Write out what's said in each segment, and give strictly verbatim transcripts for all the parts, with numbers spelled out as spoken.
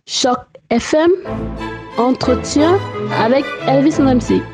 Choc F M, entretien avec Elvis en M C.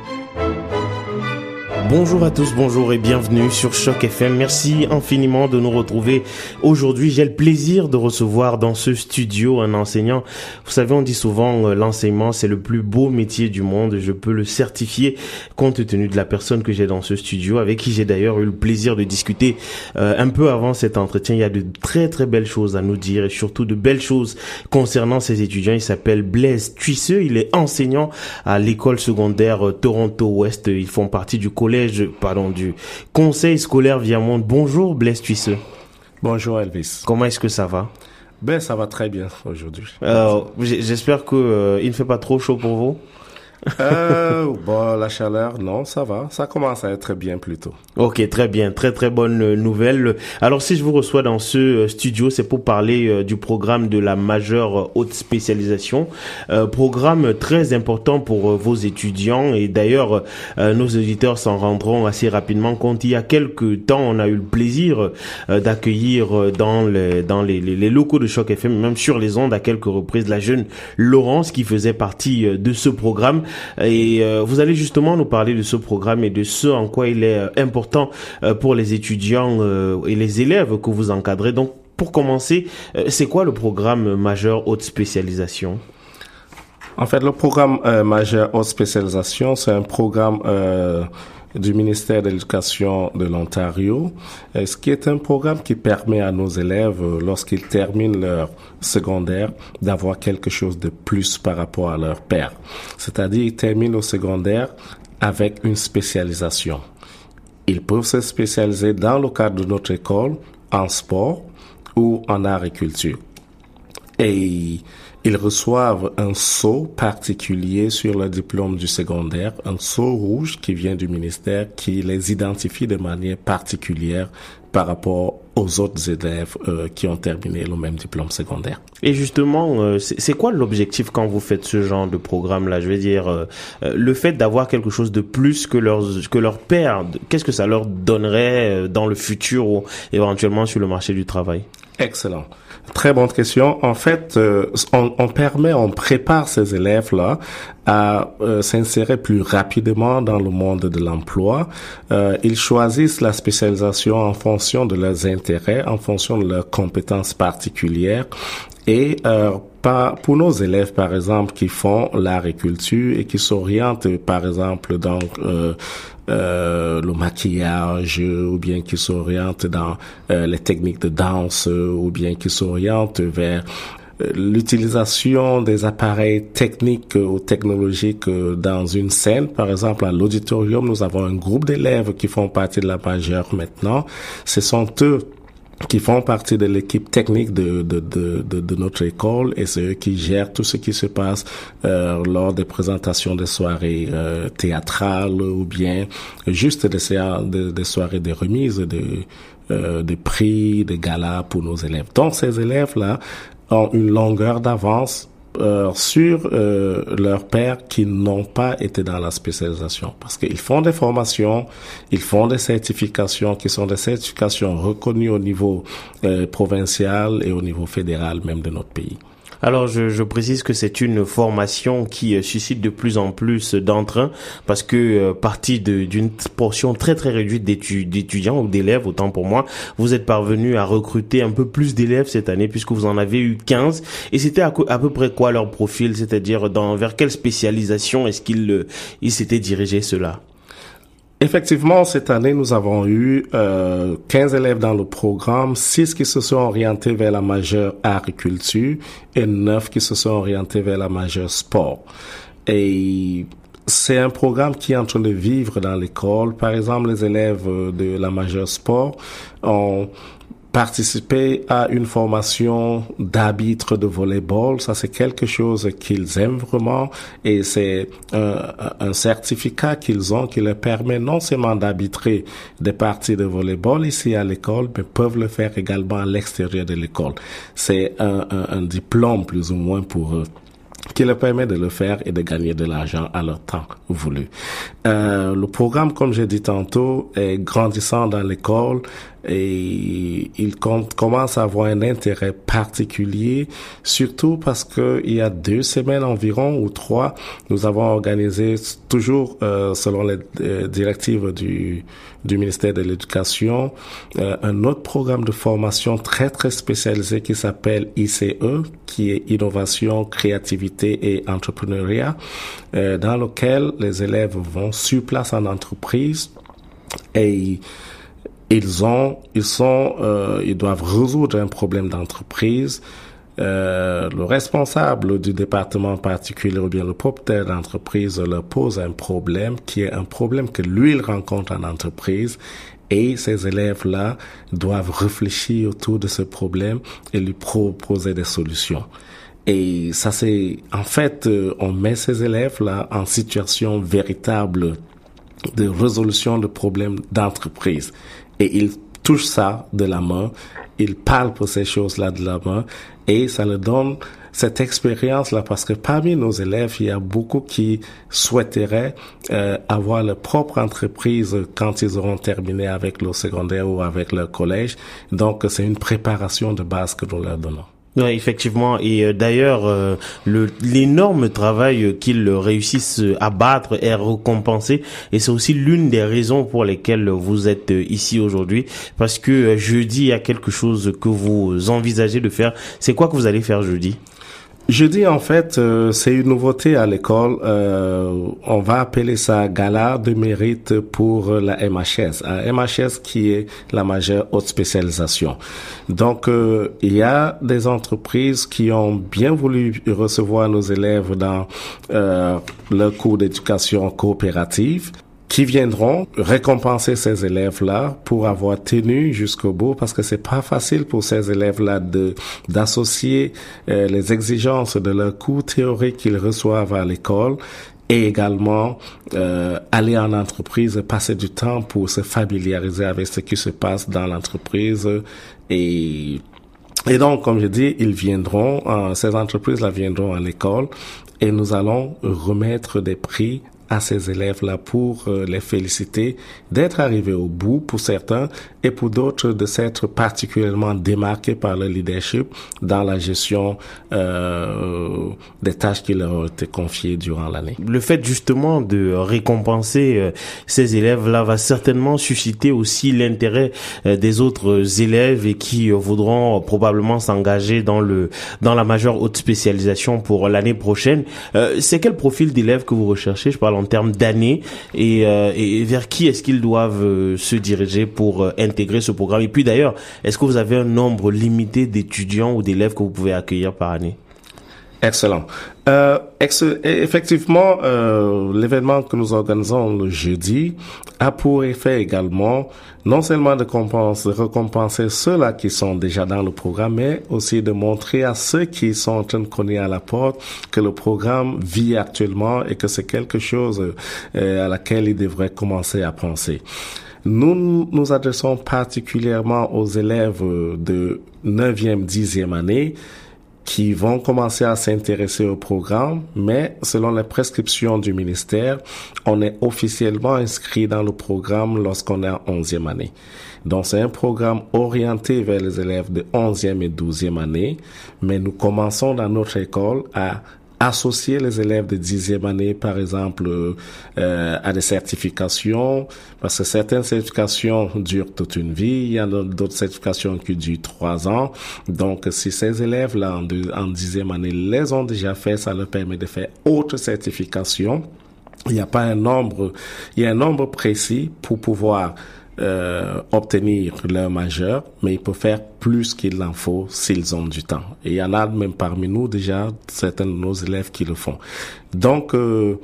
Bonjour à tous, bonjour et bienvenue sur Choc F M. Merci infiniment de nous retrouver aujourd'hui. J'ai le plaisir de recevoir dans ce studio un enseignant. Vous savez, on dit souvent euh, l'enseignement, c'est le plus beau métier du monde. Je peux le certifier compte tenu de la personne que j'ai dans ce studio, avec qui j'ai d'ailleurs eu le plaisir de discuter euh, un peu avant cet entretien. Il y a de très très belles choses à nous dire et surtout de belles choses concernant ces étudiants. Il s'appelle Blaise Tuisseux. Il est enseignant à l'école secondaire euh, Toronto-Ouest. Ils font partie du collège pardon, du conseil scolaire Viamonde. Bonjour Blaise Tuisseux. Bonjour Elvis. Comment est-ce que ça va? Ben ça va très bien aujourd'hui. Euh, j'espère que euh, il ne fait pas trop chaud pour vous. euh, bon, la chaleur, non, ça va. Ça commence à être bien plutôt. Ok, très bien. Très, très bonne nouvelle. Alors, si je vous reçois dans ce studio, c'est pour parler euh, du programme de la majeure haute spécialisation. Euh, programme très important pour euh, vos étudiants. Et d'ailleurs, euh, nos auditeurs s'en rendront assez rapidement compte. Il y a quelques temps, on a eu le plaisir euh, d'accueillir euh, dans, les, dans les, les, les locaux de Choc F M, même sur les ondes à quelques reprises, la jeune Laurence qui faisait partie euh, de ce programme. Et euh, vous allez justement nous parler de ce programme et de ce en quoi il est euh, important euh, pour les étudiants euh, et les élèves que vous encadrez. Donc, pour commencer, euh, c'est quoi le programme majeur haute spécialisation? En fait, le programme euh, majeur haute spécialisation, c'est un programme euh, du ministère de l'Éducation de l'Ontario, euh, ce qui est un programme qui permet à nos élèves, euh, lorsqu'ils terminent leur secondaire, d'avoir quelque chose de plus par rapport à leur père. C'est-à-dire, ils terminent au secondaire avec une spécialisation. Ils peuvent se spécialiser dans le cadre de notre école, en sport ou en agriculture. Et ils reçoivent un sceau particulier sur le diplôme du secondaire, un sceau rouge qui vient du ministère qui les identifie de manière particulière par rapport aux autres élèves euh, qui ont terminé le même diplôme secondaire. Et justement, euh, c'est, c'est quoi l'objectif quand vous faites ce genre de programme-là? Je veux dire, euh, le fait d'avoir quelque chose de plus que leur, que leur père, qu'est-ce que ça leur donnerait dans le futur ou éventuellement sur le marché du travail? Excellent. Très bonne question. En fait, euh, on, on permet, on prépare ces élèves-là à euh, s'insérer plus rapidement dans le monde de l'emploi. Euh, ils choisissent la spécialisation en fonction de leurs intérêts, en fonction de leurs compétences particulières. Et euh, par, pour nos élèves, par exemple, qui font l'agriculture et qui s'orientent, par exemple, dans euh, euh, le maquillage, ou bien qui s'orientent dans euh, les techniques de danse, ou bien qui s'orientent vers l'utilisation des appareils techniques ou technologiques dans une scène. Par exemple, à l'auditorium, nous avons un groupe d'élèves qui font partie de la majeure maintenant. Ce sont eux qui font partie de l'équipe technique de, de, de, de, de notre école, et c'est eux qui gèrent tout ce qui se passe euh, lors des présentations de soirées euh, théâtrales ou bien juste des, des, des soirées de remise de, euh, de prix, de galas pour nos élèves. Donc, ces élèves-là ont une longueur d'avance Euh, sur euh, leurs pairs qui n'ont pas été dans la spécialisation, parce qu'ils font des formations, ils font des certifications qui sont des certifications reconnues au niveau euh, provincial et au niveau fédéral même de notre pays. Alors, je, je précise que c'est une formation qui euh, suscite de plus en plus d'entrain parce que, euh, partie de, d'une portion très très réduite d'étu- d'étudiants ou d'élèves, autant pour moi, vous êtes parvenu à recruter un peu plus d'élèves cette année puisque vous en avez eu quinze. Et c'était à, à peu près quoi leur profil, c'est-à-dire dans vers quelle spécialisation est-ce qu'ils euh, ils s'étaient dirigés ceux-là? Effectivement, cette année, nous avons eu euh, quinze élèves dans le programme, six qui se sont orientés vers la majeure agriculture et neuf qui se sont orientés vers la majeure sport. Et c'est un programme qui est en train de vivre dans l'école. Par exemple, les élèves de la majeure sport ont participer à une formation d'arbitre de volleyball. Ça, c'est quelque chose qu'ils aiment vraiment, et c'est un, un certificat qu'ils ont qui leur permet non seulement d'arbitrer des parties de volleyball ici à l'école, mais peuvent le faire également à l'extérieur de l'école. C'est un, un, un diplôme plus ou moins pour eux, qui leur permet de le faire et de gagner de l'argent à leur temps voulu. Euh, le programme, comme j'ai dit tantôt, est grandissant dans l'école et ils com- commencent à avoir un intérêt particulier, surtout parce que il y a deux semaines environ ou trois, nous avons organisé toujours euh, selon les euh, directives du du ministère de l'Éducation, euh, un autre programme de formation très très spécialisé qui s'appelle I C E, qui est Innovation, Créativité et Entrepreneuriat, euh, dans lequel les élèves vont sur place en entreprise et ils ont, ils sont, euh, ils doivent résoudre un problème d'entreprise. Euh, le responsable du département particulier ou bien le propriétaire d'entreprise leur pose un problème qui est un problème que lui il rencontre en entreprise et ces élèves-là doivent réfléchir autour de ce problème et lui proposer des solutions. Et ça c'est, en fait, on met ces élèves-là en situation véritable de résolution de problèmes d'entreprise et ils touchent ça de la main, ils parlent pour ces choses-là de la main et ça leur donne cette expérience-là parce que parmi nos élèves, il y a beaucoup qui souhaiteraient euh, avoir leur propre entreprise quand ils auront terminé avec leur secondaire ou avec leur collège. Donc, c'est une préparation de base que nous leur donnons. Oui, effectivement. Et euh, d'ailleurs, euh, le l'énorme travail qu'ils réussissent à battre est récompensé. Et c'est aussi l'une des raisons pour lesquelles vous êtes ici aujourd'hui. Parce que euh, jeudi, il y a quelque chose que vous envisagez de faire. C'est quoi que vous allez faire jeudi ? Jeudi, en fait, euh, c'est une nouveauté à l'école. Euh, on va appeler ça Gala de mérite pour la M H S. La M H S qui est la majeure haute spécialisation. Donc, euh, il y a des entreprises qui ont bien voulu recevoir nos élèves dans euh, leur cours d'éducation coopérative, qui viendront récompenser ces élèves-là pour avoir tenu jusqu'au bout parce que c'est pas facile pour ces élèves-là de d'associer euh, les exigences de leur cours théorique qu'ils reçoivent à l'école et également euh, aller en entreprise, passer du temps pour se familiariser avec ce qui se passe dans l'entreprise et et donc, comme je dis, ils viendront, euh, ces entreprises-là viendront à l'école et nous allons remettre des prix à ces élèves-là pour euh, les féliciter d'être arrivés au bout pour certains et pour d'autres de s'être particulièrement démarqués par le leadership dans la gestion euh, des tâches qui leur ont été confiées durant l'année. Le fait justement de récompenser euh, ces élèves-là va certainement susciter aussi l'intérêt euh, des autres élèves et qui euh, voudront probablement s'engager dans le dans la majeure haute spécialisation pour l'année prochaine. Euh, c'est quel profil d'élèves que vous recherchez ? Je parle en termes d'années et, euh, et vers qui est-ce qu'ils doivent euh, se diriger pour euh, intégrer ce programme. Et puis d'ailleurs, est-ce que vous avez un nombre limité d'étudiants ou d'élèves que vous pouvez accueillir par année? Excellent. Euh, ex- effectivement, euh, l'événement que nous organisons le jeudi a pour effet également non seulement de, compenser, de récompenser ceux-là qui sont déjà dans le programme, mais aussi de montrer à ceux qui sont en train de cogner à la porte que le programme vit actuellement et que c'est quelque chose euh, à laquelle ils devraient commencer à penser. Nous nous adressons particulièrement aux élèves de neuvième, dixième année qui vont commencer à s'intéresser au programme, mais selon les prescriptions du ministère, on est officiellement inscrit dans le programme lorsqu'on est en onzième année. Donc c'est un programme orienté vers les élèves de onzième et douzième année, mais nous commençons dans notre école à associer les élèves de dixième année, par exemple, euh, à des certifications, parce que certaines certifications durent toute une vie, il y a d'autres certifications qui durent trois ans. Donc, si ces élèves-là, en, en dixième année, les ont déjà fait, ça leur permet de faire autres certifications. Il n'y a pas un nombre, il y a un nombre précis pour pouvoir Euh, obtenir leur majeur, mais ils peuvent faire plus qu'il en faut s'ils ont du temps. Et il y en a même parmi nous déjà certains de nos élèves qui le font. Donc, euh,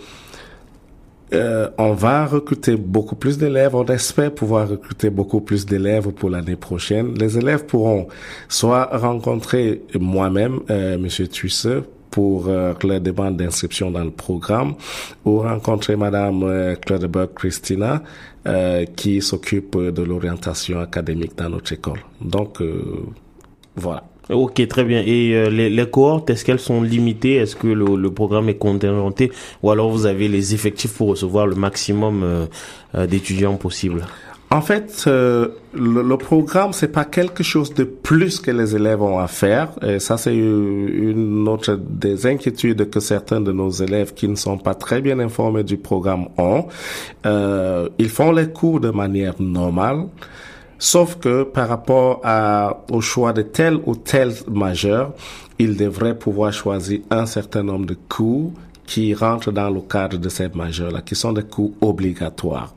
euh, on va recruter beaucoup plus d'élèves. On espère pouvoir recruter beaucoup plus d'élèves pour l'année prochaine. Les élèves pourront soit rencontrer moi-même, euh, Monsieur Tuisse, pour euh, leur demande d'inscription dans le programme, ou rencontrer Madame euh, Claudeberg-Christina, euh, qui s'occupe de l'orientation académique dans notre école. Donc, euh, voilà. Ok, très bien. Et euh, les, les cohortes, est-ce qu'elles sont limitées? Est-ce que le, le programme est contingenté? Ou alors vous avez les effectifs pour recevoir le maximum euh, euh, d'étudiants possible? En fait, euh, le, le programme, c'est pas quelque chose de plus que les élèves ont à faire. Et ça, c'est une autre des inquiétudes que certains de nos élèves qui ne sont pas très bien informés du programme ont. Euh, ils font les cours de manière normale. Sauf que par rapport à, au choix de tel ou tel majeur, ils devraient pouvoir choisir un certain nombre de cours qui rentrent dans le cadre de ces majeurs-là, qui sont des cours obligatoires.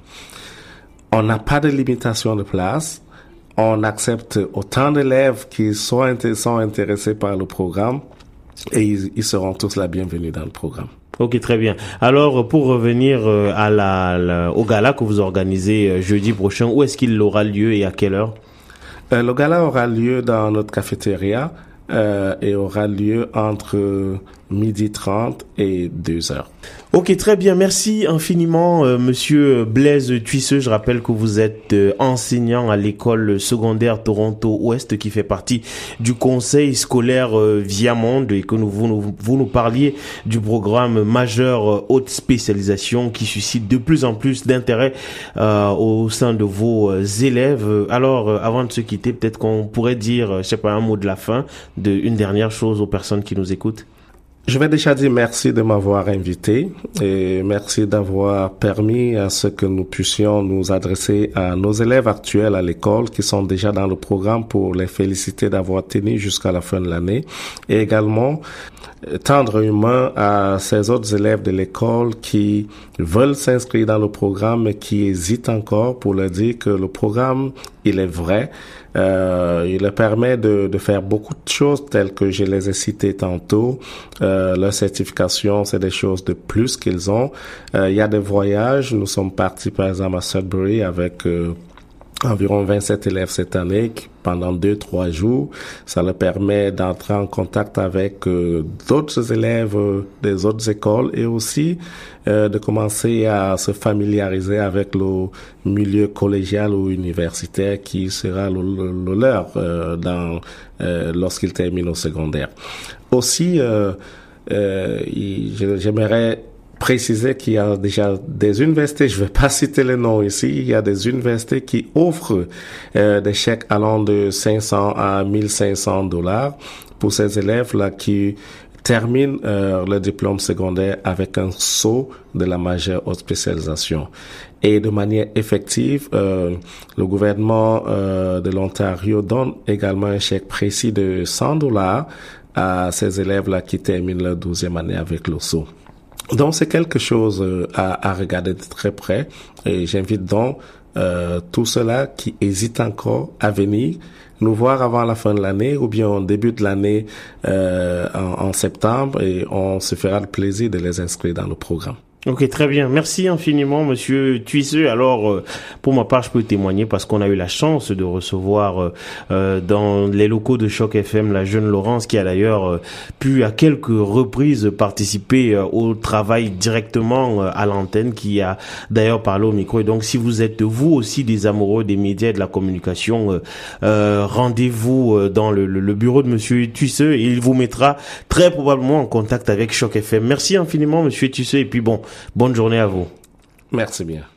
On n'a pas de limitation de place. On accepte autant d'élèves qui sont, sont intéressés par le programme et ils, ils seront tous la bienvenue dans le programme. Ok, très bien. Alors, pour revenir à la, la, au gala que vous organisez jeudi prochain, où est-ce qu'il aura lieu et à quelle heure? Euh, le gala aura lieu dans notre cafétéria euh, et aura lieu entre midi trente et deux heures. Ok, très bien. Merci infiniment, euh, Monsieur Blaise Tuisseux. Je rappelle que vous êtes euh, enseignant à l'école secondaire Toronto-Ouest qui fait partie du conseil scolaire euh, Viamonde et que nous, vous, nous, vous nous parliez du programme majeur euh, haute spécialisation qui suscite de plus en plus d'intérêt euh, au sein de vos euh, élèves. Alors, euh, avant de se quitter, peut-être qu'on pourrait dire, euh, je sais pas, un mot de la fin, de une dernière chose aux personnes qui nous écoutent. Je vais déjà dire merci de m'avoir invité et merci d'avoir permis à ce que nous puissions nous adresser à nos élèves actuels à l'école qui sont déjà dans le programme pour les féliciter d'avoir tenu jusqu'à la fin de l'année et également tendre une main à ces autres élèves de l'école qui veulent s'inscrire dans le programme mais qui hésitent encore pour leur dire que le programme, il est vrai. Euh, il leur permet de, de faire beaucoup de choses telles que je les ai citées tantôt. Euh, leur certification, c'est des choses de plus qu'ils ont. Euh, il y a des voyages. Nous sommes partis par exemple à Sudbury avec euh, environ vingt-sept élèves cette année pendant deux, trois jours. Ça leur permet d'entrer en contact avec euh, d'autres élèves euh, des autres écoles et aussi euh, de commencer à se familiariser avec le milieu collégial ou universitaire qui sera le, le, le leur euh, dans euh, lorsqu'ils terminent au secondaire. Aussi, euh, euh, j'aimerais préciser qu'il y a déjà des universités, je ne vais pas citer les noms ici, il y a des universités qui offrent euh, des chèques allant de cinq cents à mille cinq cents dollars pour ces élèves-là qui terminent euh, le diplôme secondaire avec un saut de la majeure haute spécialisation. Et de manière effective, euh, le gouvernement euh, de l'Ontario donne également un chèque précis de cent dollars à ces élèves-là qui terminent leur douzième année avec le saut. Donc, c'est quelque chose à, à regarder de très près et j'invite donc euh, tous ceux-là qui hésitent encore à venir nous voir avant la fin de l'année ou bien au début de l'année euh, en, en septembre et on se fera le plaisir de les inscrire dans le programme. Ok, très bien. Merci infiniment, Monsieur Tuisseux. Alors, euh, pour ma part, je peux témoigner parce qu'on a eu la chance de recevoir euh, dans les locaux de Choc F M la jeune Laurence qui a d'ailleurs euh, pu à quelques reprises participer euh, au travail directement euh, à l'antenne, qui a d'ailleurs parlé au micro. Et donc, si vous êtes vous aussi des amoureux des médias et de la communication, euh, euh, rendez-vous euh, dans le, le bureau de Monsieur Tuisseux et il vous mettra très probablement en contact avec Choc F M. Merci infiniment, Monsieur Tuisseux. Et puis bon, bonne journée à vous. Merci bien.